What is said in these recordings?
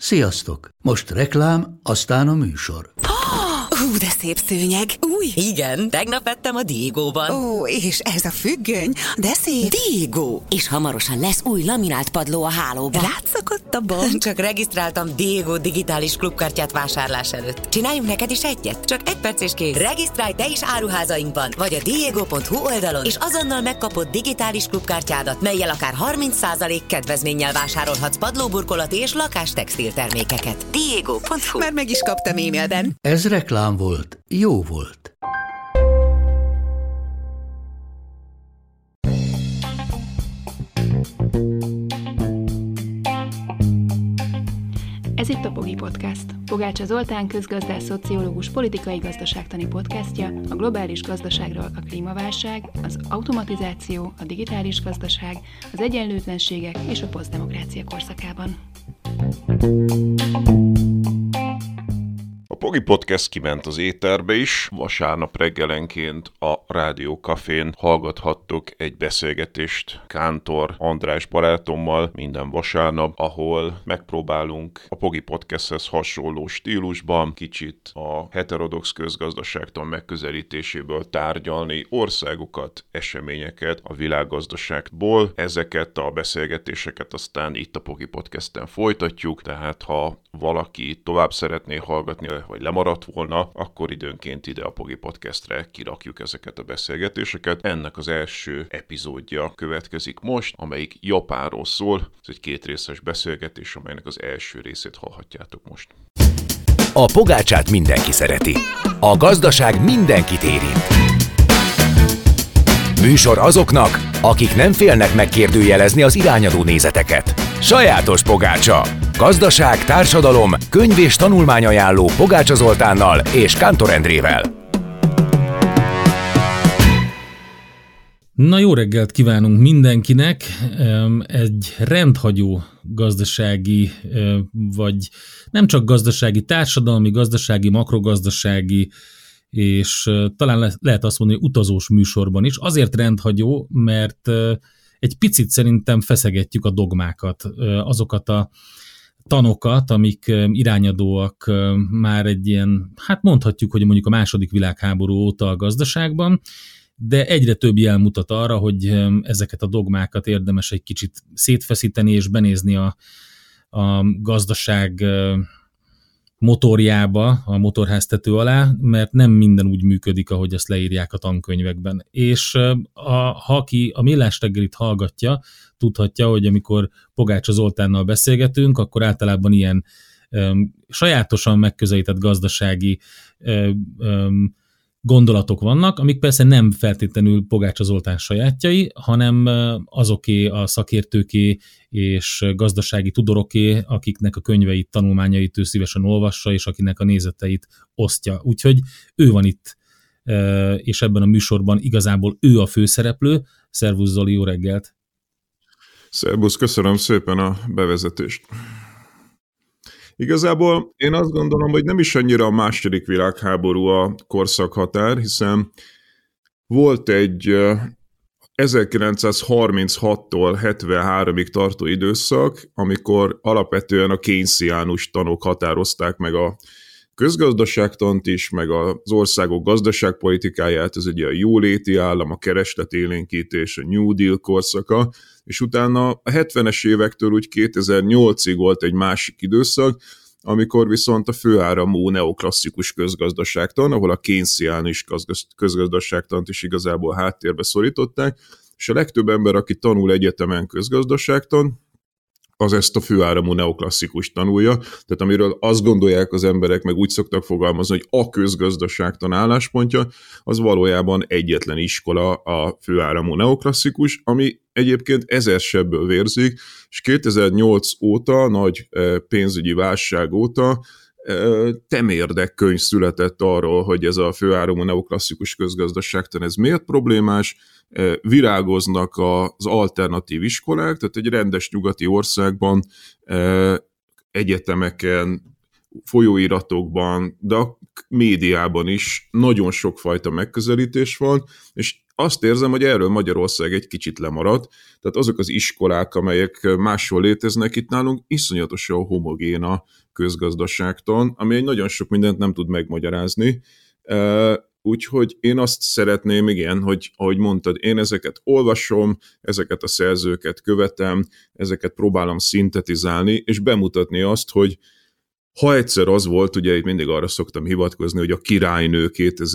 Sziasztok! Most reklám, aztán a műsor. De szép szőnyeg. Új? Igen, tegnap vettem a Diegóban. Ó, és ez a függöny, de szép. Diegó! És hamarosan lesz új laminált padló a hálóban. Rátszakadt a bank. Csak regisztráltam Diegó digitális klubkártyát vásárlás előtt. Csináljunk neked is egyet? Csak 1 perc és kész. Regisztrálj te is áruházainkban, vagy a diego.hu oldalon, és azonnal megkapod digitális klubkártyádat, mellyel akár 30% kedvezménnyel vásárolhatsz padlóburkolati és lakástextil termékeket. Diego.hu. Már meg is kaptam e-mailben. Ez reklám volt, jó volt. Ez itt a Pogi Podcast. Pogácsa Zoltán közgazdász, szociológus, politikai gazdaságtani podcastja a globális gazdaságról, a klímaválság, az automatizáció, a digitális gazdaság, az egyenlőtlenségek és a posztdemokrácia korszakában. A Pogi Podcast kiment az éterbe is. Vasárnap reggelenként a Rádió Cafén hallgathattok egy beszélgetést Kántor András barátommal minden vasárnap, ahol megpróbálunk a Pogi Podcasthez hasonló stílusban kicsit a heterodox közgazdaságtan megközelítéséből tárgyalni országokat, eseményeket a világgazdaságból. Ezeket a beszélgetéseket aztán itt a Pogi Podcasten folytatjuk, tehát ha valaki tovább szeretné hallgatni, vagy lemaradt volna, akkor időnként ide a Pogi Podcastre kirakjuk ezeket a beszélgetéseket. Ennek az első epizódja következik most, amelyik Japánról szól. Ez egy 2 részes beszélgetés, amelynek az első részét hallhatjátok most. A pogácsát mindenki szereti. A gazdaság mindenkit érint. Műsor azoknak, akik nem félnek megkérdőjelezni az irányadó nézeteket. Sajátos pogácsa. Gazdaság, társadalom, könyv és tanulmányajánló Pogácsa Zoltánnal és Kántor Endrével. Na, jó reggelt kívánunk mindenkinek! Egy rendhagyó gazdasági, vagy nem csak gazdasági, társadalmi, gazdasági, makrogazdasági, és talán lehet azt mondani, hogy utazós műsorban is. Azért rendhagyó, mert egy picit szerintem feszegetjük a dogmákat, azokat a tanokat, amik irányadóak már egy ilyen, hát mondhatjuk, hogy mondjuk a II. Világháború óta a gazdaságban, de egyre több jel mutat arra, hogy ezeket a dogmákat érdemes egy kicsit szétfeszíteni és benézni a gazdaság motorjába, a motorháztető alá, mert nem minden úgy működik, ahogy ezt leírják a tankönyvekben. És ha aki a Millás reggelit hallgatja, tudhatja, hogy amikor Pogácsa Zoltánnal beszélgetünk, akkor általában ilyen sajátosan megközelített gazdasági gondolatok vannak, amik persze nem feltétlenül Pogácsa Zoltán sajátjai, hanem azoké a szakértőké és gazdasági tudoroké, akiknek a könyveit, tanulmányait ő szívesen olvassa, és akinek a nézeteit osztja. Úgyhogy ő van itt, és ebben a műsorban igazából ő a főszereplő. Szervusz Zoli, jó reggelt! Szervusz, köszönöm szépen a bevezetést. Igazából én azt gondolom, hogy nem is annyira a II. Világháború a korszakhatár, hiszen volt egy 1936-tól 73-ig tartó időszak, amikor alapvetően a keynesiánus tanok határozták meg a közgazdaságtant is, meg az országok gazdaságpolitikáját, ez ugye a jóléti állam, a keresletélénkítés, a New Deal korszaka, és utána a 70-es évektől úgy 2008-ig volt egy másik időszak, amikor viszont a főáramú neoklasszikus közgazdaságtan, ahol a keynesiánus közgazdaságtant is igazából háttérbe szorították, és a legtöbb ember, aki tanul egyetemen közgazdaságtan, az ezt a főáramú neoklasszikus tanulja, tehát amiről azt gondolják az emberek, meg úgy szoktak fogalmazni, hogy a közgazdaságtan álláspontja, az valójában egyetlen iskola a főáramú neoklasszikus, ami egyébként ezersebből vérzik, és 2008 óta, nagy pénzügyi válság óta temérdek könyv született arról, hogy ez a főáramú neoklasszikus közgazdaságtan, ez miért problémás, virágoznak az alternatív iskolák, tehát egy rendes nyugati országban egyetemeken folyóiratokban, de a médiában is nagyon sokfajta megközelítés van, és azt érzem, hogy erről Magyarország egy kicsit lemaradt, tehát azok az iskolák, amelyek máshol léteznek itt nálunk, iszonyatosan homogén a közgazdaságtan, ami egy nagyon sok mindent nem tud megmagyarázni. Úgyhogy én azt szeretném, igen, hogy ahogy mondtad, én ezeket olvasom, ezeket a szerzőket követem, ezeket próbálom szintetizálni, és bemutatni azt, hogy ha egyszer az volt, ugye itt mindig arra szoktam hivatkozni, hogy a királynő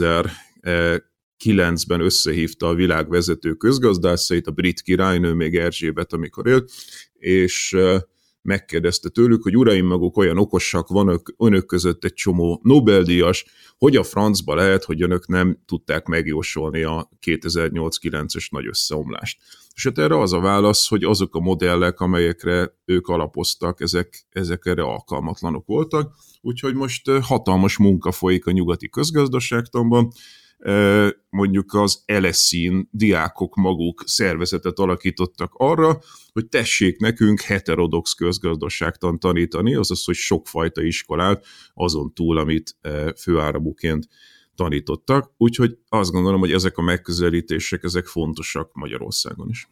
2009-ben összehívta a világ vezető közgazdászait, a brit királynő, még Erzsébet, amikor élt, és megkérdezte tőlük, hogy uraim, maguk olyan okosak, van önök között egy csomó Nobel-díjas, hogy a francba lehet, hogy önök nem tudták megjósolni a 2008-9-es nagy összeomlást. És hát erre az a válasz, hogy azok a modellek, amelyekre ők alapoztak, ezek erre alkalmatlanok voltak, úgyhogy most hatalmas munka folyik a nyugati közgazdaságtanban, mondjuk az LSE-n diákok maguk szervezetet alakítottak arra, hogy tessék nekünk heterodox közgazdaságtan tanítani, azaz, hogy sokfajta iskolát azon túl, amit főáramúként tanítottak. Úgyhogy azt gondolom, hogy ezek a megközelítések, ezek fontosak Magyarországon is.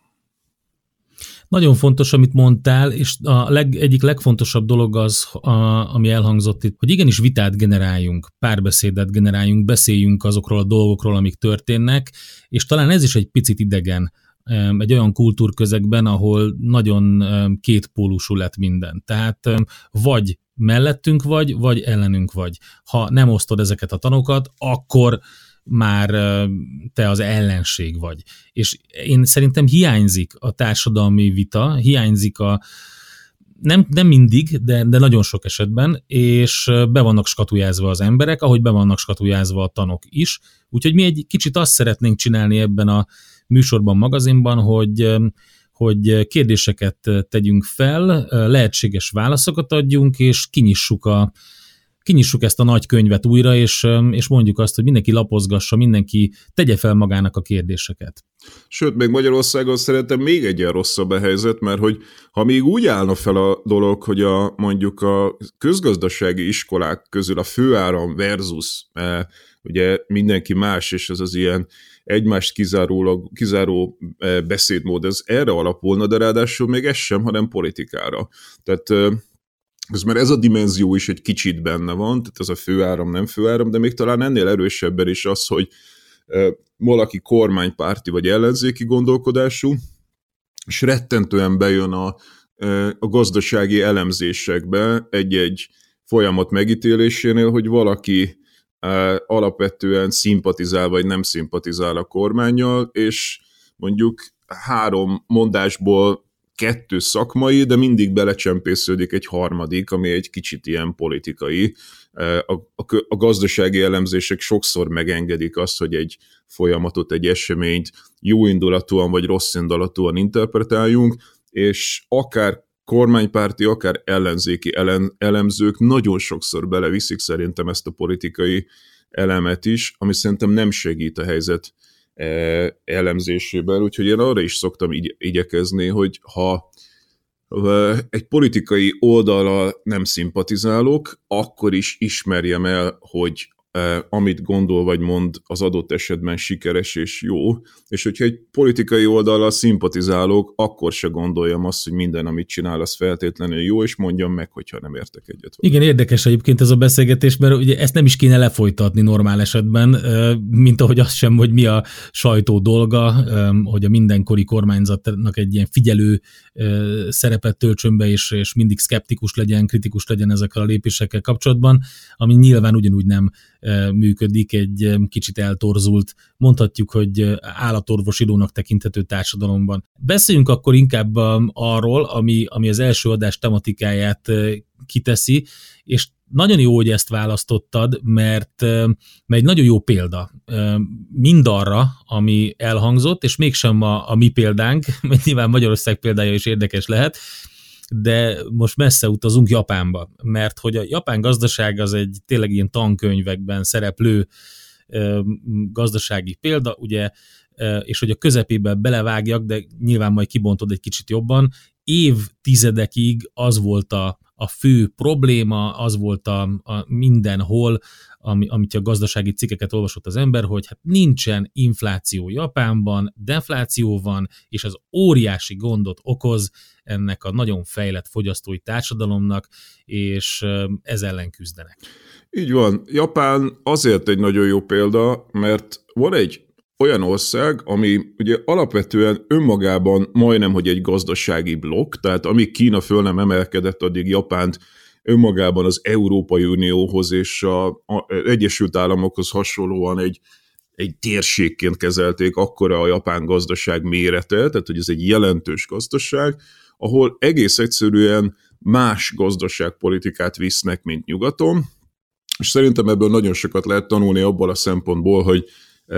Nagyon fontos, amit mondtál, és egyik legfontosabb dolog az, ami elhangzott itt, hogy igenis vitát generáljunk, párbeszédet generáljunk, beszéljünk azokról a dolgokról, amik történnek, és talán ez is egy picit idegen egy olyan kultúrközegben, ahol nagyon kétpólusú lett minden. Tehát vagy mellettünk vagy ellenünk vagy. Ha nem osztod ezeket a tanokat, akkor már te az ellenség vagy. És én szerintem hiányzik a társadalmi vita, hiányzik nem mindig, de nagyon sok esetben, és be vannak skatujázva az emberek, ahogy be vannak skatujázva a tanok is. Úgyhogy mi egy kicsit azt szeretnénk csinálni ebben a műsorban, magazinban, hogy kérdéseket tegyünk fel, lehetséges válaszokat adjunk, és kinyissuk ezt a nagy könyvet újra, és mondjuk azt, hogy mindenki lapozgassa, mindenki tegye fel magának a kérdéseket. Sőt, még Magyarországon szerintem még egyen rosszabb a helyzet, mert hogy ha még úgy állna fel a dolog, hogy mondjuk a közgazdasági iskolák közül a főáram versus ugye mindenki más, és ez az ilyen egymást kizáró beszédmód, ez erre alapulna, de ráadásul még ez sem, hanem politikára. Tehát mert ez a dimenzió is egy kicsit benne van, tehát ez a főáram, nem főáram, de még talán ennél erősebben is az, hogy valaki kormánypárti vagy ellenzéki gondolkodású, és rettentően bejön a gazdasági elemzésekbe egy-egy folyamat megítélésénél, hogy valaki alapvetően szimpatizál vagy nem szimpatizál a kormánnyal, és mondjuk 3 mondásból 2 szakmai, de mindig belecsempésződik egy harmadik, ami egy kicsit ilyen politikai. A gazdasági elemzések sokszor megengedik azt, hogy egy folyamatot, egy eseményt jóindulatúan vagy rosszindulatúan interpretáljunk, és akár kormánypárti, akár ellenzéki elemzők nagyon sokszor beleviszik szerintem ezt a politikai elemet is, ami szerintem nem segít a helyzet elemzésében, úgyhogy én arra is szoktam igyekezni, hogy ha egy politikai oldallal nem szimpatizálok, akkor is ismerjem el, hogy amit gondol vagy mond az adott esetben sikeres és jó, és hogyha egy politikai oldallal szimpatizálok, akkor se gondoljam azt, hogy minden, amit csinál, az feltétlenül jó, és mondjam meg, hogyha nem értek egyet. Igen, érdekes egyébként ez a beszélgetés, mert ugye ezt nem is kéne lefolytatni normál esetben, mint ahogy az sem, hogy mi a sajtó dolga, hogy a mindenkori kormányzatnak egy ilyen figyelő szerepet töltsön be, és mindig szkeptikus legyen, kritikus legyen ezekkel a lépésekkel kapcsolatban, ami nyilván ugyanúgy nem működik, egy kicsit eltorzult, mondhatjuk, hogy állatorvosidónak tekinthető társadalomban. Beszéljünk akkor inkább arról, ami az első adás tematikáját kiteszi, és nagyon jó, hogy ezt választottad, mert egy nagyon jó példa mindarra, ami elhangzott, és mégsem a mi példánk, mert nyilván Magyarország példája is érdekes lehet, de most messze utazunk Japánba, mert hogy a japán gazdaság az egy tényleg ilyen tankönyvekben szereplő gazdasági példa, ugye, és hogy a közepébe belevágjak, de nyilván majd kibontod egy kicsit jobban, évtizedekig az volt a fő probléma, az volt a mindenhol, amit a gazdasági cikkeket olvasott az ember, hogy hát nincsen infláció Japánban, defláció van, és ez óriási gondot okoz ennek a nagyon fejlett fogyasztói társadalomnak, és ez ellen küzdenek. Így van. Japán azért egy nagyon jó példa, mert van egy olyan ország, ami ugye alapvetően önmagában majdnem, hogy egy gazdasági blokk, tehát amíg Kína föl nem emelkedett, addig Japánt önmagában az Európai Unióhoz és az Egyesült Államokhoz hasonlóan egy térségként kezelték, akkora a japán gazdaság mérete, tehát hogy ez egy jelentős gazdaság, ahol egész egyszerűen más gazdaságpolitikát visznek, mint nyugaton, és szerintem ebből nagyon sokat lehet tanulni abból a szempontból, hogy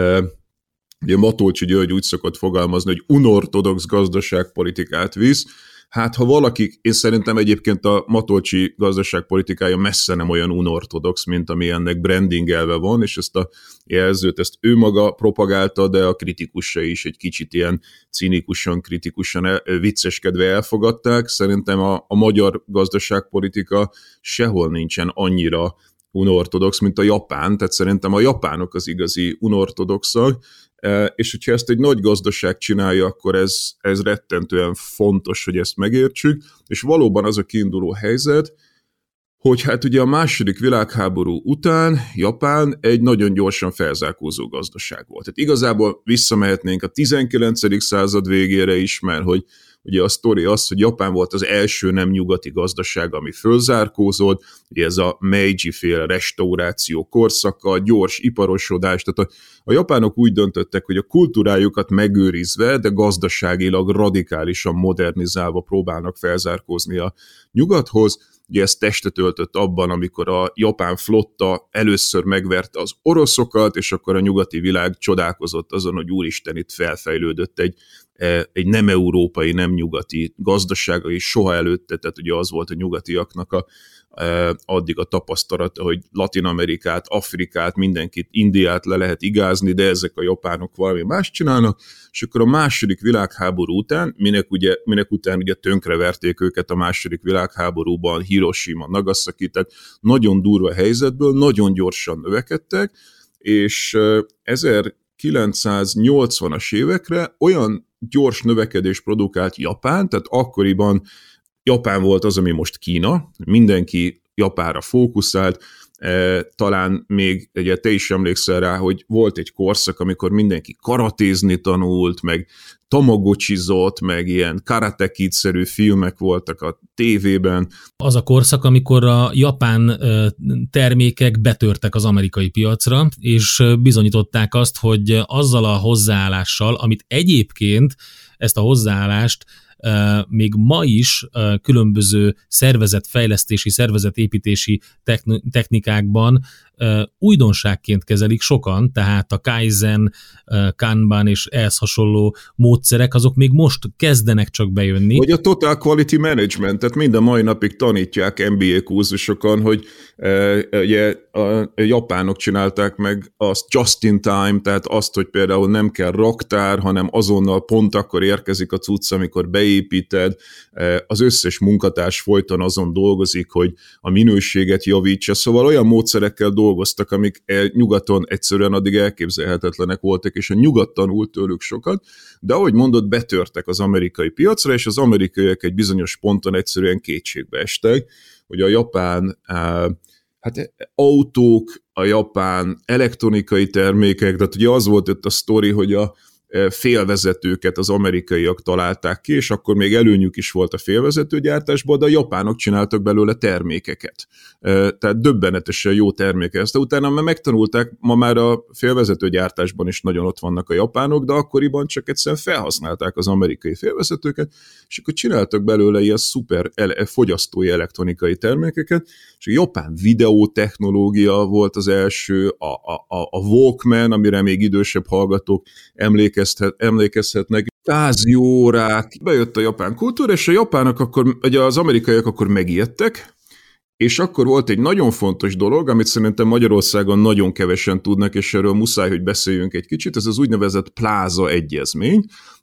ugye Matolcsy György úgy szokott fogalmazni, hogy unortodox gazdaságpolitikát visz. Hát ha valaki, én szerintem egyébként a Matolcsy gazdaságpolitikája messze nem olyan unortodox, mint ami ennek brandingelve van, és ezt a jelzőt, ezt ő maga propagálta, de a kritikusai is egy kicsit ilyen cinikusan, kritikusan, vicceskedve elfogadták. Szerintem a magyar gazdaságpolitika sehol nincsen annyira unortodox, mint a japán, tehát szerintem a japánok az igazi unortodoxak, és hogyha ezt egy nagy gazdaság csinálja, akkor ez rettentően fontos, hogy ezt megértsük, és valóban az a kiinduló helyzet, hogy hát ugye a második világháború után Japán egy nagyon gyorsan felzárkózó gazdaság volt. Tehát igazából visszamehetnénk a 19. század végére is, mert hogy ugye a sztori az, hogy Japán volt az első nem nyugati gazdaság, ami fölzárkózott, ugye ez a Meiji-féle restauráció korszaka, gyors iparosodás, tehát a japánok úgy döntöttek, hogy a kultúrájukat megőrizve, de gazdaságilag radikálisan modernizálva próbálnak felzárkózni a nyugathoz. Ugye ez testet öltött abban, amikor a japán flotta először megverte az oroszokat, és akkor a nyugati világ csodálkozott azon, hogy úristen, itt felfejlődött egy nem európai, nem nyugati gazdasága, és soha előtte, tehát ugye az volt a nyugatiaknak addig a tapasztalata, hogy Latin-Amerikát, Afrikát, mindenkit, Indiát le lehet igázni, de ezek a japánok valami más csinálnak, és akkor a második világháború után, minek után ugye tönkreverték őket a második világháborúban, Hiroshima, Nagasaki, tehát nagyon durva helyzetből, nagyon gyorsan növekedtek, és 1980-as évekre olyan gyors növekedés produkált Japán, tehát akkoriban Japán volt az, ami most Kína, mindenki Japánra fókuszált, talán még, ugye te is emlékszel rá, hogy volt egy korszak, amikor mindenki karatézni tanult, meg tamagocsizott, meg ilyen Karate Kid-szerű filmek voltak a tévében. Az a korszak, amikor a japán termékek betörtek az amerikai piacra, és bizonyították azt, hogy azzal a hozzáállással, amit egyébként ezt a hozzáállást még ma is különböző szervezetfejlesztési, szervezetépítési technikákban újdonságként kezelik sokan, tehát a Kaizen, Kanban és ehhez hasonló módszerek, azok még most kezdenek csak bejönni. Vagy a Total Quality Management, tehát mind a mai napig tanítják MBA kurzusokon, hogy ugye a japánok csinálták meg azt just in time, tehát azt, hogy például nem kell raktár, hanem azonnal pont akkor érkezik a cucc, amikor beépíted, az összes munkatárs folyton azon dolgozik, hogy a minőséget javítsa, szóval olyan módszerekkel dolgoztak, amik nyugaton egyszerűen addig elképzelhetetlenek voltak, és a nyugat tanult tőlük sokat, de ahogy mondod, betörtek az amerikai piacra, és az amerikaiak egy bizonyos ponton egyszerűen kétségbe estek, hogy a japán autók, a japán elektronikai termékek, tehát ugye az volt itt a sztori, hogy a félvezetőket az amerikaiak találták ki, és akkor még előnyük is volt a félvezetőgyártásban, de a japánok csináltak belőle termékeket. Tehát döbbenetesen jó termékek. Aztán utána megtanulták, ma már a félvezetőgyártásban is nagyon ott vannak a japánok, de akkoriban csak egyszerűen felhasználták az amerikai félvezetőket, és akkor csináltak belőle ilyen szuper fogyasztói elektronikai termékeket, és a japán videótechnológia volt az első, a Walkman, amire még idősebb hallgatók emlékezhetnek, órák, bejött a japán kultúra, és a japánok akkor, ugye az amerikaiak akkor megijedtek, És akkor volt egy nagyon fontos dolog, amit szerintem Magyarországon nagyon kevesen tudnak, és erről muszáj, hogy beszéljünk egy kicsit, ez az úgynevezett Pláza Egyezmény.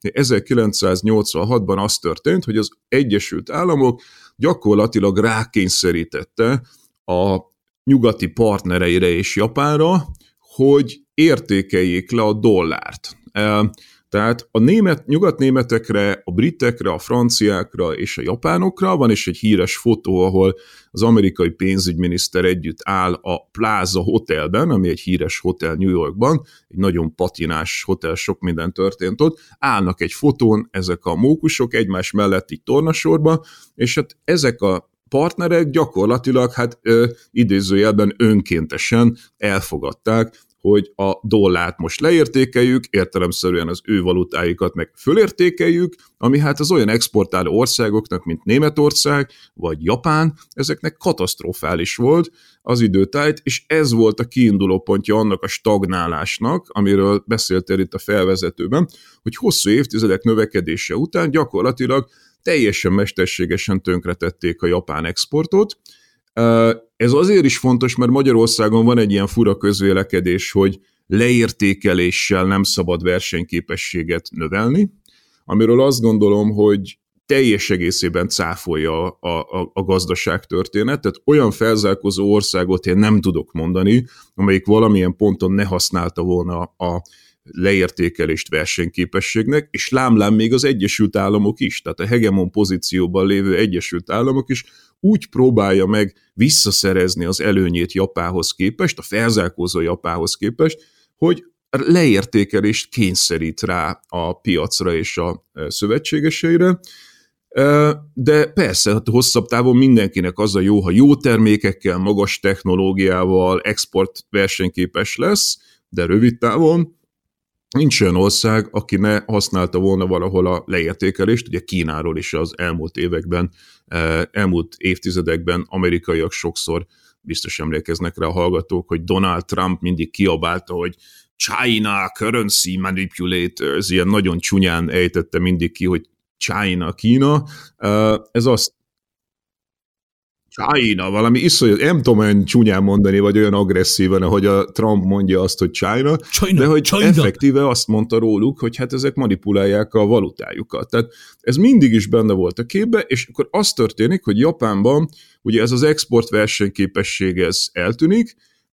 1986-ban az történt, hogy az Egyesült Államok gyakorlatilag rákényszerítette a nyugati partnereire és Japánra, hogy értékeljék le a dollárt. Tehát a nyugatnémetekre, a britekre, a franciákra és a japánokra van is egy híres fotó, ahol az amerikai pénzügyminiszter együtt áll a Plaza Hotelben, ami egy híres hotel New Yorkban, egy nagyon patinás hotel, sok minden történt ott, állnak egy fotón ezek a mókusok egymás mellett így tornasorba, és hát ezek a partnerek gyakorlatilag idézőjelben önkéntesen elfogadták, hogy a dollárt most leértékeljük, értelemszerűen az ő valutáikat meg fölértékeljük, ami hát az olyan exportáló országoknak, mint Németország vagy Japán, ezeknek katasztrofális volt az időtájt, és ez volt a kiinduló pontja annak a stagnálásnak, amiről beszéltél itt a felvezetőben, hogy hosszú évtizedek növekedése után gyakorlatilag teljesen mesterségesen tönkretették a japán exportot. Ez azért is fontos, mert Magyarországon van egy ilyen fura közvélekedés, hogy leértékeléssel nem szabad versenyképességet növelni, amiről azt gondolom, hogy teljes egészében cáfolja a gazdaságtörténet, tehát olyan felzárkózó országot én nem tudok mondani, amelyik valamilyen ponton ne használta volna a leértékelést versenyképességnek, és lámlám még az Egyesült Államok is, tehát a hegemon pozícióban lévő Egyesült Államok is úgy próbálja meg visszaszerezni az előnyét Japánhoz képest, a felzárkózó Japánhoz képest, hogy leértékelést kényszerít rá a piacra és a szövetségeseire, de persze, hát hosszabb távon mindenkinek az a jó, ha jó termékekkel, magas technológiával export versenyképes lesz, de rövid távon nincs olyan ország, aki ne használta volna valahol a leértékelést. Ugye Kínáról is az elmúlt évtizedekben amerikaiak sokszor, biztos emlékeznek rá a hallgatók, hogy Donald Trump mindig kiabálta, hogy China currency manipulators, ilyen nagyon csúnyán ejtette mindig ki, hogy Kína. Ez azt China, valami iszonyat, nem tudom olyan csúnyán mondani, vagy olyan agresszíven, ahogy a Trump mondja azt, hogy China, de hogy effektíve azt mondta róluk, hogy hát ezek manipulálják a valutájukat. Tehát ez mindig is benne volt a képbe, és akkor az történik, hogy Japánban ugye ez az export versenyképesség ez eltűnik,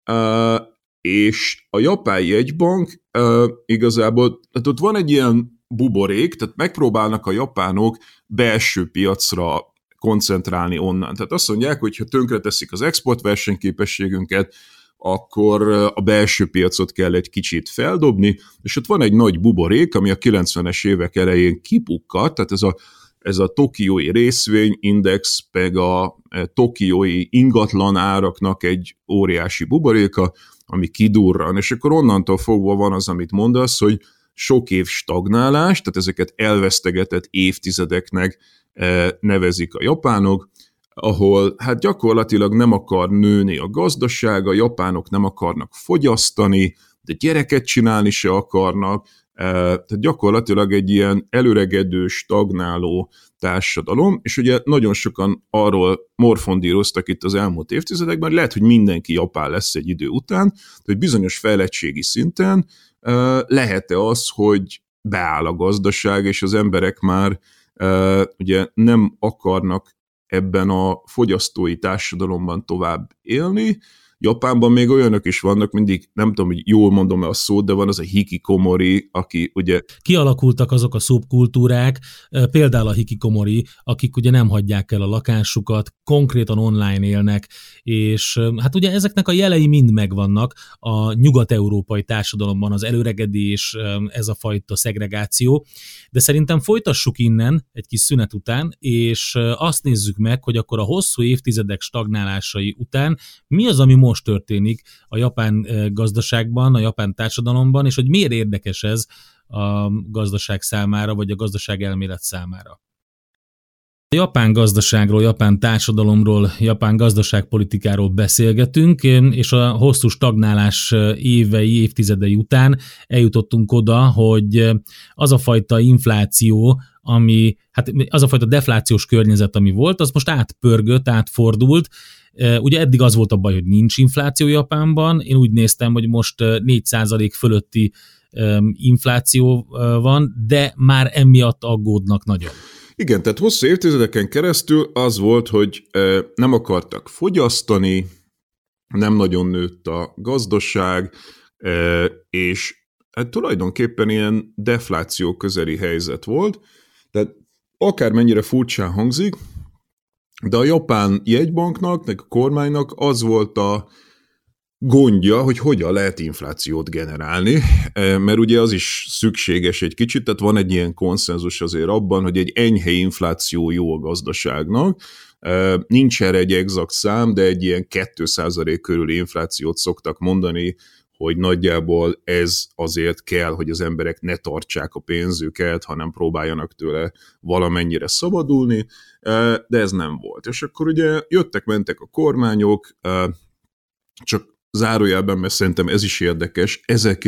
és a japán jegybank igazából, tehát ott van egy ilyen buborék, tehát megpróbálnak a japánok belső piacra koncentrálni onnan. Tehát azt mondják, hogy ha tönkreteszik az export versenyképességünket, akkor a belső piacot kell egy kicsit feldobni, és ott van egy nagy buborék, ami a 90-es évek elején kipukkadt, tehát ez a tokiói részvényindex, meg a tokiói ingatlan áraknak egy óriási buboréka, ami kidurran, és akkor onnantól fogva van az, amit mondasz, hogy sok év stagnálás, tehát ezeket elvesztegetett évtizedeknek nevezik a japánok, ahol hát gyakorlatilag nem akar nőni a gazdaság, a japánok nem akarnak fogyasztani, de gyereket csinálni se akarnak, tehát gyakorlatilag egy ilyen előregedő, stagnáló társadalom, és ugye nagyon sokan arról morfondíroztak itt az elmúlt évtizedekben, lehet, hogy mindenki japán lesz egy idő után, hogy bizonyos fejlettségi szinten lehet-e az, hogy beáll a gazdaság, és az emberek már ugye nem akarnak ebben a fogyasztói társadalomban tovább élni. Japánban még olyanok is vannak, mindig nem tudom, hogy jól mondom-e a szót, de van az a hikikomori, aki ugye... Kialakultak azok a szubkultúrák, például a hikikomori, akik ugye nem hagyják el a lakásukat, konkrétan online élnek, és hát ugye ezeknek a jelei mind megvannak a nyugat-európai társadalomban, az előregedés, ez a fajta szegregáció, de szerintem folytassuk innen egy kis szünet után, és azt nézzük meg, hogy akkor a hosszú évtizedek stagnálásai után mi az, ami most történik a japán gazdaságban, a japán társadalomban, és hogy miért érdekes ez a gazdaság számára, vagy a gazdaság elmélet számára. Japán gazdaságról, japán társadalomról, japán gazdaságpolitikáról beszélgetünk, és a hosszú stagnálás évtizedei után eljutottunk oda, hogy az a fajta infláció, az a fajta deflációs környezet, ami volt, az most átpörgött, átfordult. Ugye eddig az volt a baj, hogy nincs infláció Japánban, én úgy néztem, hogy most 4% fölötti infláció van, de már emiatt aggódnak nagyon. Igen, tehát hosszú évtizedeken keresztül az volt, hogy nem akartak fogyasztani, nem nagyon nőtt a gazdaság, és hát tulajdonképpen ilyen defláció közeli helyzet volt. Tehát akármennyire furcsán hangzik, de a japán jegybanknak, meg a kormánynak az volt a gondja, hogy hogyan lehet inflációt generálni, mert ugye az is szükséges egy kicsit, tehát van egy ilyen konszenzus azért abban, hogy egy enyhe infláció jó a gazdaságnak, nincs erre egy exakt szám, de egy ilyen 2% körüli inflációt szoktak mondani, hogy nagyjából ez azért kell, hogy az emberek ne tartsák a pénzüket, hanem próbáljanak tőle valamennyire szabadulni, de ez nem volt. És akkor ugye jöttek-mentek a kormányok, csak zárójelben, mert szerintem ez is érdekes,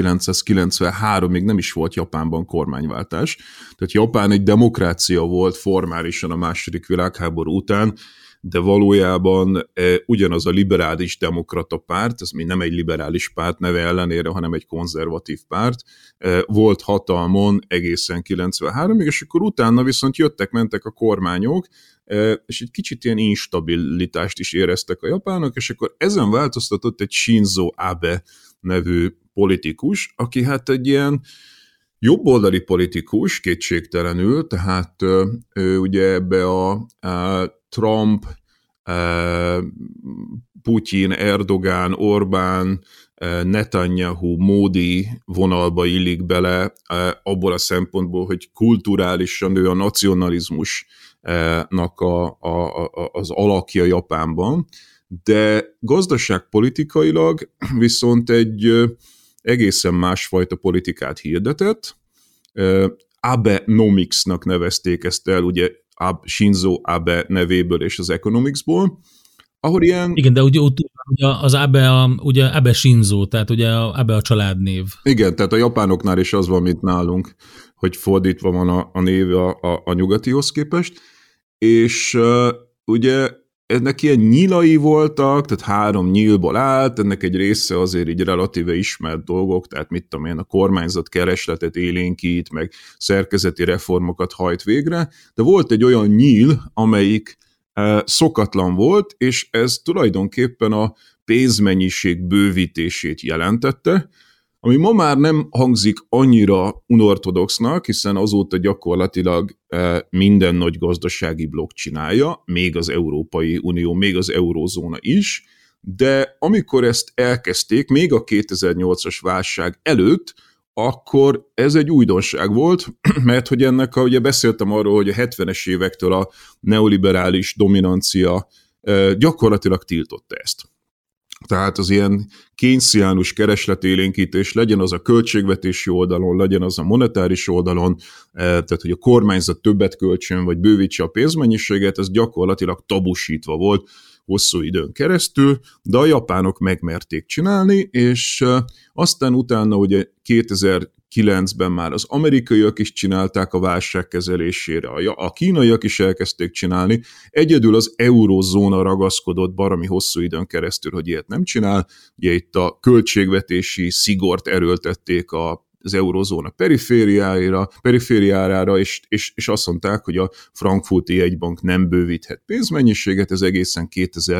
1993-ig nem is volt Japánban kormányváltás. Tehát Japán egy demokrácia volt formálisan a második világháború után, de valójában ugyanaz a liberális demokrata párt, ez még nem egy liberális párt neve ellenére, hanem egy konzervatív párt, volt hatalmon egészen 93-ig, és akkor utána viszont jöttek-mentek a kormányok, és egy kicsit ilyen instabilitást is éreztek a japánok, és akkor ezen változtatott egy Shinzo Abe nevű politikus, aki hát egy ilyen jobboldali politikus, kétségtelenül, tehát ő ugye ebbe a Trump, Putyin, Erdogán, Orbán, Netanyahu, Módi vonalba illik bele abból a szempontból, hogy kulturálisan ő a nacionalizmusnak az alakja Japánban, de gazdaságpolitikailag viszont egy egészen másfajta politikát hirdetett. Abenomicsnak nevezték ezt el, ugye Shinzo Abe nevéből és az Economicsból, ahol ilyen... Igen, de ugye az Abe, ugye Abe Shinzo, tehát ugye Abe a családnév. Igen, tehát a japánoknál is az van, mint nálunk, hogy fordítva van a név a nyugatihoz képest, és ugye ennek ilyen nyílai voltak, tehát 3 nyílból állt, ennek egy része azért így relatíve ismert dolgok, tehát mit tudom én, a kormányzat keresletet élénkít, meg szerkezeti reformokat hajt végre, de volt egy olyan nyíl, amelyik szokatlan volt, és ez tulajdonképpen a pénzmennyiség bővítését jelentette, ami ma már nem hangzik annyira unortodoxnak, hiszen azóta gyakorlatilag minden nagy gazdasági blokk csinálja, még az Európai Unió, még az eurózóna is, de amikor ezt elkezdték, még a 2008-as válság előtt, akkor ez egy újdonság volt, mert hogy ennek, ugye beszéltem arról, hogy a 70-es évektől a neoliberális dominancia gyakorlatilag tiltotta ezt. Tehát az ilyen keynesiánus keresletélénkítés, legyen az a költségvetési oldalon, legyen az a monetáris oldalon, tehát hogy a kormányzat többet költsön, vagy bővítse a pénzmennyiséget, ez gyakorlatilag tabusítva volt hosszú időn keresztül, de a japánok megmerték csinálni, és aztán utána ugye 2009-ben már az amerikaiak is csinálták a válság kezelésére, a kínaiak is elkezdték csinálni, egyedül az eurózóna ragaszkodott baromi hosszú időn keresztül, hogy ilyet nem csinál, ugye itt a költségvetési szigort erőltették az eurózóna perifériára, és azt mondták, hogy a frankfurti jegybank nem bővíthet pénzmennyiséget, ez egészen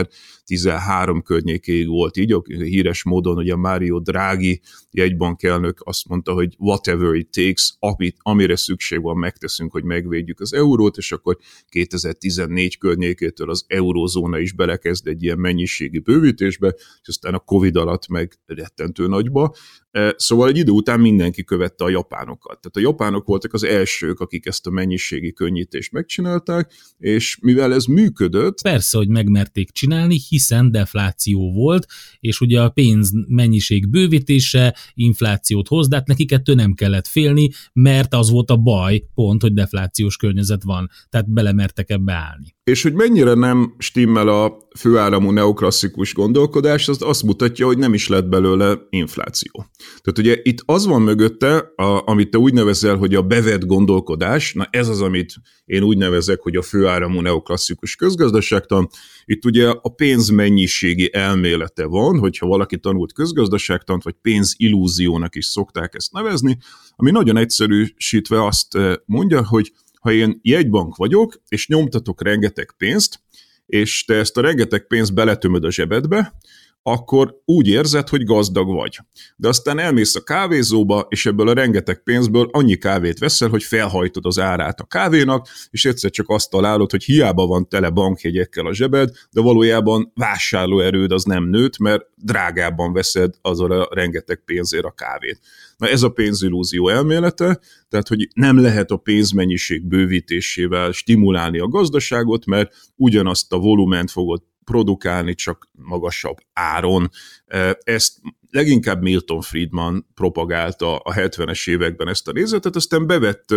2013 környékéig volt így, híres módon, hogy a Mario Draghi jegybankelnök azt mondta, hogy whatever it takes, amire szükség van, megteszünk, hogy megvédjük az eurót, és akkor 2014 környékétől az eurózóna is belekezd egy ilyen mennyiségi bővítésbe, és aztán a Covid alatt meg rettentő nagyba. Szóval egy idő után mindenki követte a japánokat. Tehát a japánok voltak az elsők, akik ezt a mennyiségi könnyítést megcsinálták, és mivel ez működött... Persze, hogy megmerték csinálni, hiszen defláció volt, és ugye a pénz mennyiség bővítése inflációt hoz, de hát nekik ettől nem kellett félni, mert az volt a baj, pont, hogy deflációs környezet van. Tehát belemertek ebbe állni. És hogy mennyire nem stimmel a főáramú neoklasszikus gondolkodás, az azt mutatja, hogy nem is lett belőle infláció. Tehát ugye itt az van mögötte, amit te úgy nevezel, hogy a bevett gondolkodás, na ez az, amit én úgy nevezek, hogy a főáramú neoklasszikus közgazdaságtan. Itt ugye a pénzmennyiségi elmélete van, hogyha valaki tanult közgazdaságtant, vagy pénzillúziónak is szokták ezt nevezni, ami nagyon egyszerűsítve azt mondja, hogy ha én jegybank vagyok, és nyomtatok rengeteg pénzt, és te ezt a rengeteg pénzt beletömöd a zsebedbe, akkor úgy érzed, hogy gazdag vagy. De aztán elmész a kávézóba, és ebből a rengeteg pénzből annyi kávét veszel, hogy felhajtod az árát a kávénak, és egyszer csak azt találod, hogy hiába van tele bankjegyekkel a zsebed, de valójában vásárlóerőd az nem nőtt, mert drágábban veszed azzal a rengeteg pénzért a kávét. Na ez a pénzillúzió elmélete, tehát hogy nem lehet a pénzmennyiség bővítésével stimulálni a gazdaságot, mert ugyanazt a volument fogod produkálni, csak magasabb áron. Ezt leginkább Milton Friedman propagálta a 70-es években ezt a nézetet, aztán bevett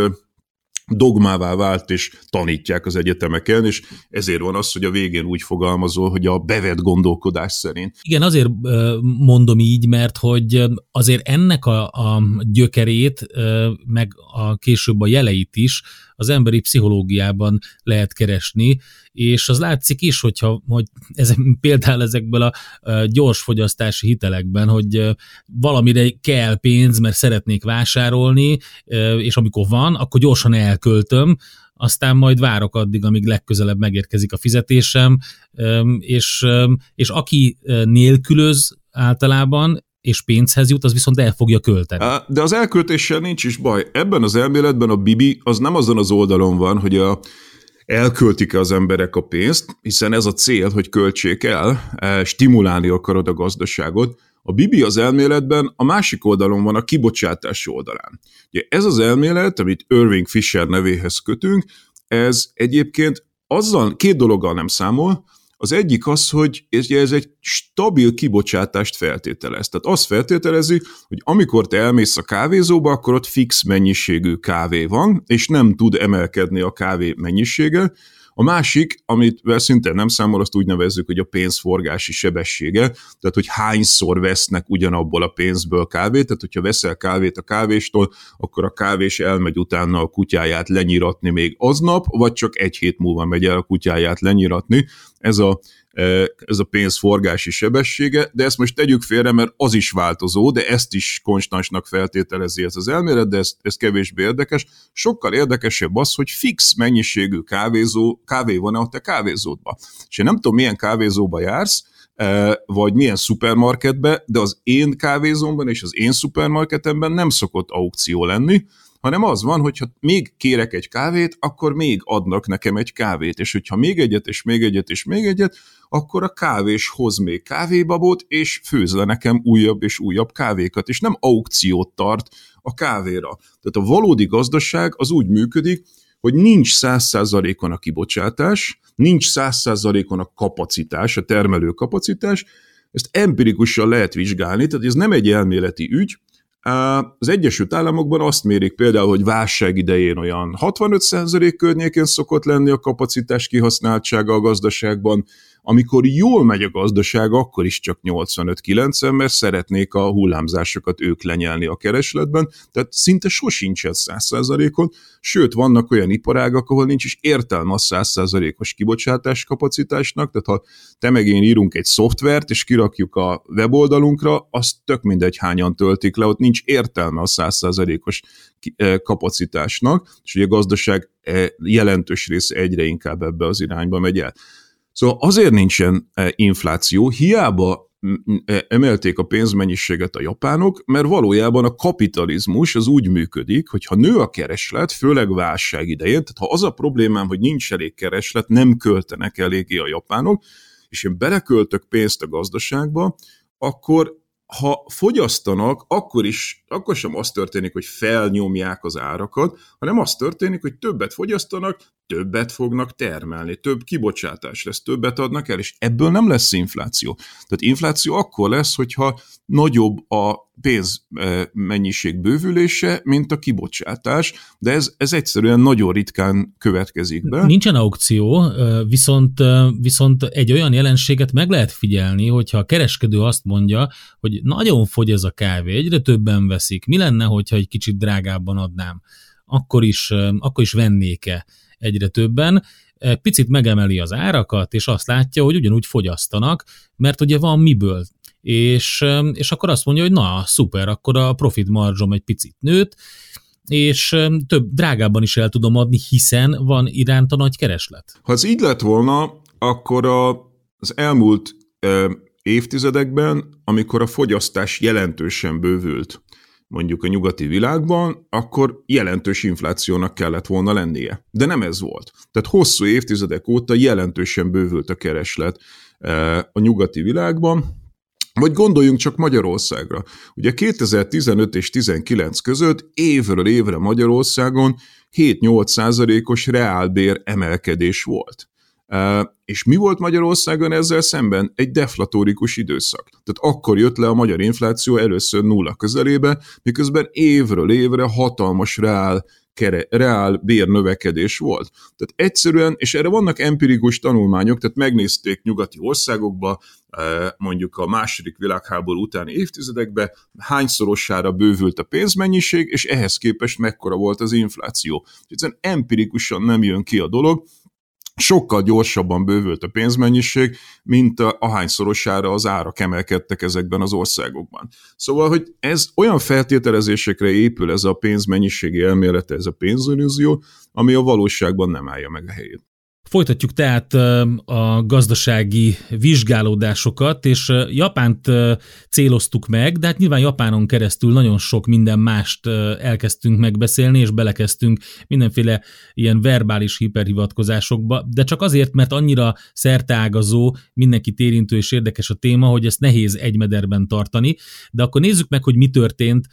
dogmává vált, és tanítják az egyetemeken, és ezért van az, hogy a végén úgy fogalmazol, hogy a bevett gondolkodás szerint. Igen, azért mondom így, mert hogy azért ennek a gyökerét, meg a később a jeleit is az emberi pszichológiában lehet keresni, és az látszik is, hogy például ezekből a gyorsfogyasztási hitelekben, hogy valamire kell pénz, mert szeretnék vásárolni, és amikor van, akkor gyorsan elköltöm, aztán majd várok addig, amíg legközelebb megérkezik a fizetésem, és aki nélkülöz általában, és pénzhez jut, az viszont el fogja költeni. De az elköltéssel nincs is baj. Ebben az elméletben a Bibi az nem azon az oldalon van, hogy elköltik-e az emberek a pénzt, hiszen ez a cél, hogy költsék el, stimulálni akarod a gazdaságot. A Bibi az elméletben a másik oldalon van, a kibocsátás oldalán. Ugye ez az elmélet, amit Irving Fisher nevéhez kötünk, ez egyébként két dologgal nem számol. Az egyik az, hogy ez egy stabil kibocsátást feltételez. Tehát azt feltételezi, hogy amikor te elmész a kávézóba, akkor ott fix mennyiségű kávé van, és nem tud emelkedni a kávé mennyisége. A másik, amit szintén nem számol, azt úgy nevezzük, hogy a pénzforgási sebessége, tehát hogy hányszor vesznek ugyanabból a pénzből kávét, tehát hogyha veszel kávét a kávésstól, akkor a kávés elmegy utána a kutyáját lenyiratni még aznap, vagy csak egy hét múlva megy el a kutyáját lenyiratni. Ez a pénzforgási sebessége, de ezt most tegyük félre, mert az is változó, de ezt is konstansnak feltételezi ez az elmélet, de ez kevésbé érdekes. Sokkal érdekesebb az, hogy fix mennyiségű kávé van a te kávézódban. És én nem tudom, milyen kávézóba jársz, vagy milyen szupermarketbe, de az én kávézómban és az én szupermarketemben nem szokott aukció lenni, hanem az van, hogyha még kérek egy kávét, akkor még adnak nekem egy kávét, és hogyha még egyet, és még egyet, és még egyet, akkor a kávés hoz még kávébabot, és főz le nekem újabb és újabb kávékat, és nem aukciót tart a kávéra. Tehát a valódi gazdaság az úgy működik, hogy nincs 100%-on a kibocsátás, nincs 100%-on a kapacitás, a termelő kapacitás, ezt empirikusan lehet vizsgálni, tehát ez nem egy elméleti ügy. Az Egyesült Államokban azt mérik például, hogy válság idején olyan 65% környékén szokott lenni a kapacitás kihasználtsága a gazdaságban, amikor jól megy a gazdaság, akkor is csak 85-90, mert szeretnék a hullámzásokat ők lenyelni a keresletben, tehát szinte sosincsen 100%-on, sőt vannak olyan iparágak, ahol nincs is értelme a 100%-os kibocsátás kapacitásnak, tehát ha te meg én írunk egy szoftvert, és kirakjuk a weboldalunkra, azt tök mindegy hányan töltik le, ott nincs értelme a 100%-os kapacitásnak, és ugye a gazdaság jelentős része egyre inkább ebbe az irányba megy el. Szóval azért nincsen infláció, hiába emelték a pénzmennyiséget a japánok, mert valójában a kapitalizmus az úgy működik, hogy ha nő a kereslet, főleg válság idején, tehát ha az a problémám, hogy nincs elég kereslet, nem költenek eléggé a japánok, és én beleköltök pénzt a gazdaságba, akkor ha fogyasztanak, akkor sem az történik, hogy felnyomják az árakat, hanem az történik, hogy többet fogyasztanak, többet fognak termelni, több kibocsátás lesz, többet adnak el, és ebből nem lesz infláció. Tehát infláció akkor lesz, hogyha nagyobb a pénzmennyiség bővülése, mint a kibocsátás, de ez egyszerűen nagyon ritkán következik be. Nincsen aukció, viszont egy olyan jelenséget meg lehet figyelni, hogyha a kereskedő azt mondja, hogy nagyon fogy ez a kávé, egyre többen veszik, mi lenne, hogyha egy kicsit drágábban adnám? Akkor is vennék-e egyre többen? Picit megemeli az árakat, és azt látja, hogy ugyanúgy fogyasztanak, mert ugye van miből. És akkor azt mondja, hogy na, szuper, akkor a profit margom egy picit nőtt, és több drágábban is el tudom adni, hiszen van iránta nagy kereslet. Ha ez így lett volna, akkor az elmúlt évtizedekben, amikor a fogyasztás jelentősen bővült, mondjuk a nyugati világban, akkor jelentős inflációnak kellett volna lennie. De nem ez volt. Tehát hosszú évtizedek óta jelentősen bővült a kereslet a nyugati világban, vagy gondoljunk csak Magyarországra. Ugye 2015 és 2019 között évről évre Magyarországon 7-8%-os reálbér emelkedés volt. És mi volt Magyarországon ezzel szemben? Egy deflatórikus időszak. Tehát akkor jött le a magyar infláció először nulla közelébe, miközben évről évre hatalmas reál bérnövekedés volt. Tehát egyszerűen, és erre vannak empirikus tanulmányok, tehát megnézték nyugati országokba, mondjuk a második világháború utáni évtizedekben, hányszorosára bővült a pénzmennyiség, és ehhez képest mekkora volt az infláció. Egyszerűen empirikusan nem jön ki a dolog, sokkal gyorsabban bővült a pénzmennyiség, mint ahányszorosára az árak emelkedtek ezekben az országokban. Szóval, hogy ez olyan feltételezésekre épül ez a pénzmennyiségi elmélete, ez a pénzillúzió, ami a valóságban nem állja meg a helyét. Folytatjuk tehát a gazdasági vizsgálódásokat, és Japánt céloztuk meg, de hát nyilván Japánon keresztül nagyon sok minden mást elkezdtünk megbeszélni, és belekezdtünk mindenféle ilyen verbális hiperhivatkozásokba, de csak azért, mert annyira szerteágazó, mindenkit érintő és érdekes a téma, hogy ezt nehéz egy mederben tartani, de akkor nézzük meg, hogy mi történt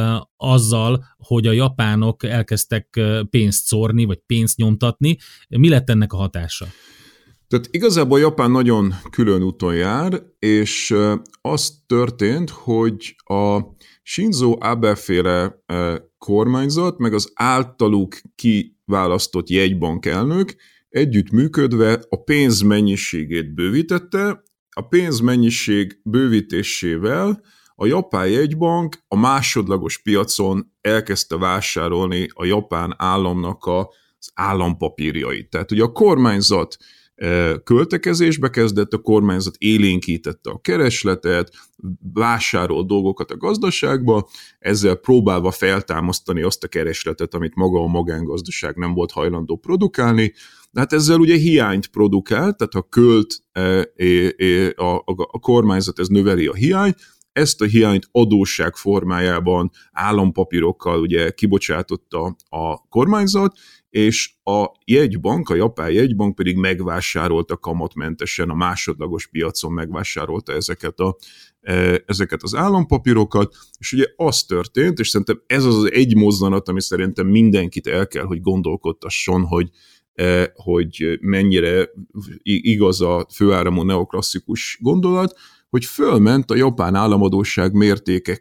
azzal, hogy a japánok elkezdtek pénzt szórni, vagy pénzt nyomtatni. Mi lett ennek a hatása? Tehát igazából Japán nagyon külön úton jár, és az történt, hogy a Shinzo Abe-féle kormányzat, meg az általuk kiválasztott jegybankelnök együttműködve a pénzmennyiségét bővítette. A pénzmennyiség bővítésével a japán jegybank a másodlagos piacon elkezdte vásárolni a japán államnak az állampapírjait. Tehát ugye a kormányzat költekezésbe kezdett, a kormányzat élénkítette a keresletet, vásárolt dolgokat a gazdaságba, ezzel próbálva feltámasztani azt a keresletet, amit maga a magángazdaság nem volt hajlandó produkálni. De hát ezzel ugye hiányt produkál, tehát ha költ a kormányzat, ez növeli a hiányt, ezt a hiányt adósság formájában állampapírokkal ugye kibocsátotta a kormányzat, és a jegybank, a japán jegybank pedig megvásárolta kamatmentesen, a másodlagos piacon megvásárolta ezeket az állampapírokat, és ugye az történt, és szerintem ez az egy mozzanat, ami szerintem mindenkit el kell, hogy gondolkodtasson, hogy mennyire igaz a főáramú neoklasszikus gondolat, hogy fölment a japán államadósság mértéke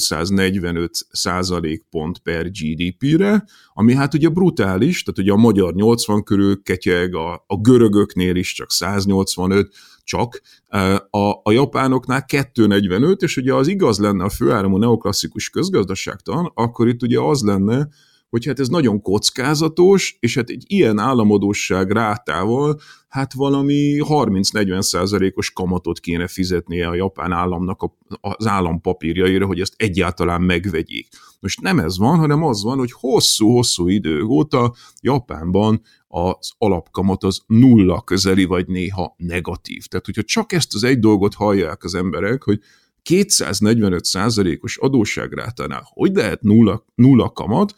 245% pont per GDP-re, ami hát ugye brutális, tehát ugye a magyar 80 körül ketyeg, a görögöknél is csak 185, csak a japánoknál 245, és ugye az igaz lenne a főáramú neoklasszikus közgazdaságtan, akkor itt ugye az lenne, hogy hát ez nagyon kockázatos, és hát egy ilyen államadósság rátával hát valami 30-40%-os kamatot kéne fizetnie a japán államnak az állampapírjaira, hogy ezt egyáltalán megvegyék. Most nem ez van, hanem az van, hogy hosszú-hosszú idő óta Japánban az alapkamat az nulla közeli, vagy néha negatív. Tehát, hogyha csak ezt az egy dolgot hallják az emberek, hogy 245%-os adósságrátánál hogy lehet nulla kamat,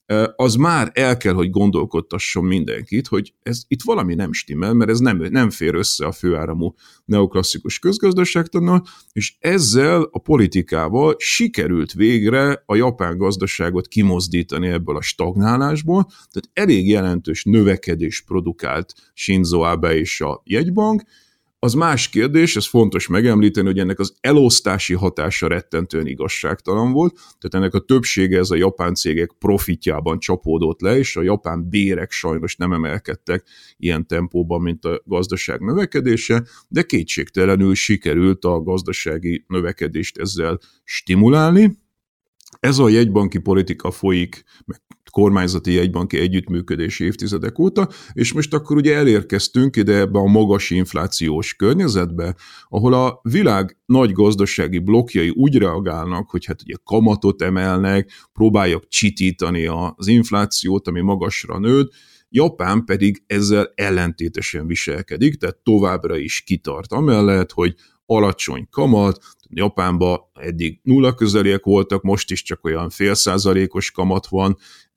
az már el kell, hogy gondolkodtasson mindenkit, hogy itt valami nem stimmel, mert ez nem fér össze a főáramú neoklasszikus közgazdaságtannal, és ezzel a politikával sikerült végre a japán gazdaságot kimozdítani ebből a stagnálásból, tehát elég jelentős növekedés produkált Shinzo Abe és a jegybank. Az más kérdés, ez fontos megemlíteni, hogy ennek az elosztási hatása rettentően igazságtalan volt, tehát ennek a többsége ez a japán cégek profitjában csapódott le, és a japán bérek sajnos nem emelkedtek ilyen tempóban, mint a gazdaság növekedése, de kétségtelenül sikerült a gazdasági növekedést ezzel stimulálni. Ez a jegybanki politika folyik, meg kormányzati jegybanki együttműködés évtizedek óta, és most akkor ugye elérkeztünk ide ebbe a magas inflációs környezetbe, ahol a világ nagy gazdasági blokkjai úgy reagálnak, hogy hát ugye kamatot emelnek, próbálják csitítani az inflációt, ami magasra nőtt, Japán pedig ezzel ellentétesen viselkedik, tehát továbbra is kitart amellett, hogy alacsony kamat, Japánban eddig nulla közeliek voltak, most is csak olyan 0,5%-os kamat van,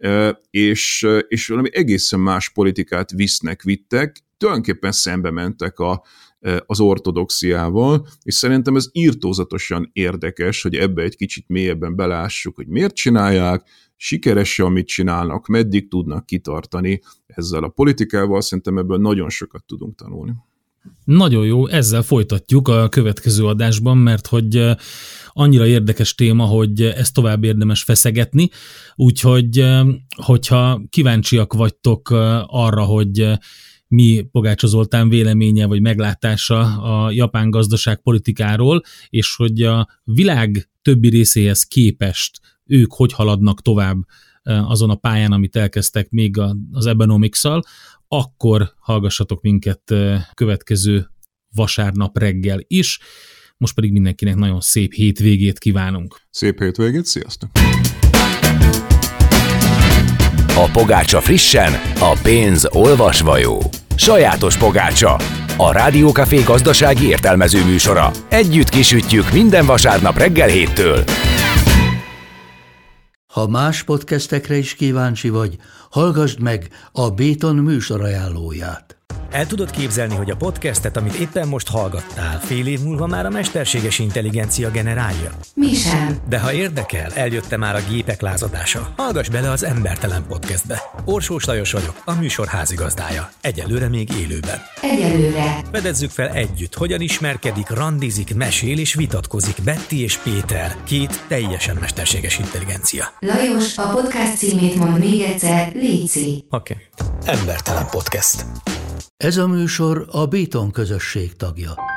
és valami egészen más politikát vittek, tulajdonképpen szembe mentek az ortodoxiával, és szerintem ez irtózatosan érdekes, hogy ebbe egy kicsit mélyebben belássuk, hogy miért csinálják, sikeres-e, amit csinálnak, meddig tudnak kitartani ezzel a politikával, szerintem ebből nagyon sokat tudunk tanulni. Nagyon jó, ezzel folytatjuk a következő adásban, mert hogy annyira érdekes téma, hogy ezt tovább érdemes feszegetni, úgyhogy hogyha kíváncsiak vagytok arra, hogy mi Pogácsa Zoltán véleménye vagy meglátása a japán gazdaságpolitikáról, és hogy a világ többi részéhez képest ők hogy haladnak tovább azon a pályán, amit elkezdtek még az Abenomics-szal, akkor hallgassatok minket következő vasárnap reggel is. Most pedig mindenkinek nagyon szép hétvégét kívánunk. Szép hétvégét, sziasztok! A Pogácsa frissen, a pénz olvasva jó. Sajátos Pogácsa, a Rádiókafé gazdasági értelmező műsora. Együtt kisütjük minden vasárnap reggel 7-től. Ha más podcastekre is kíváncsi vagy, hallgassd meg a Béton műsor ajánlóját. El tudod képzelni, hogy a podcastet, amit éppen most hallgattál, fél év múlva már a mesterséges intelligencia generálja? Mi sem. De ha érdekel, eljött már a gépek lázadása. Hallgass bele az Embertelen podcastbe. Orsós Lajos vagyok, a műsor házigazdája. Egyelőre még élőben. Egyelőre. Fedezzük fel együtt, hogyan ismerkedik, randizik, mesél és vitatkozik Betty és Péter, két teljesen mesterséges intelligencia. Lajos, a podcast címét mond még egyszer, léci. Oké. Embertelen podcast. Ez a műsor a Béton közösség tagja.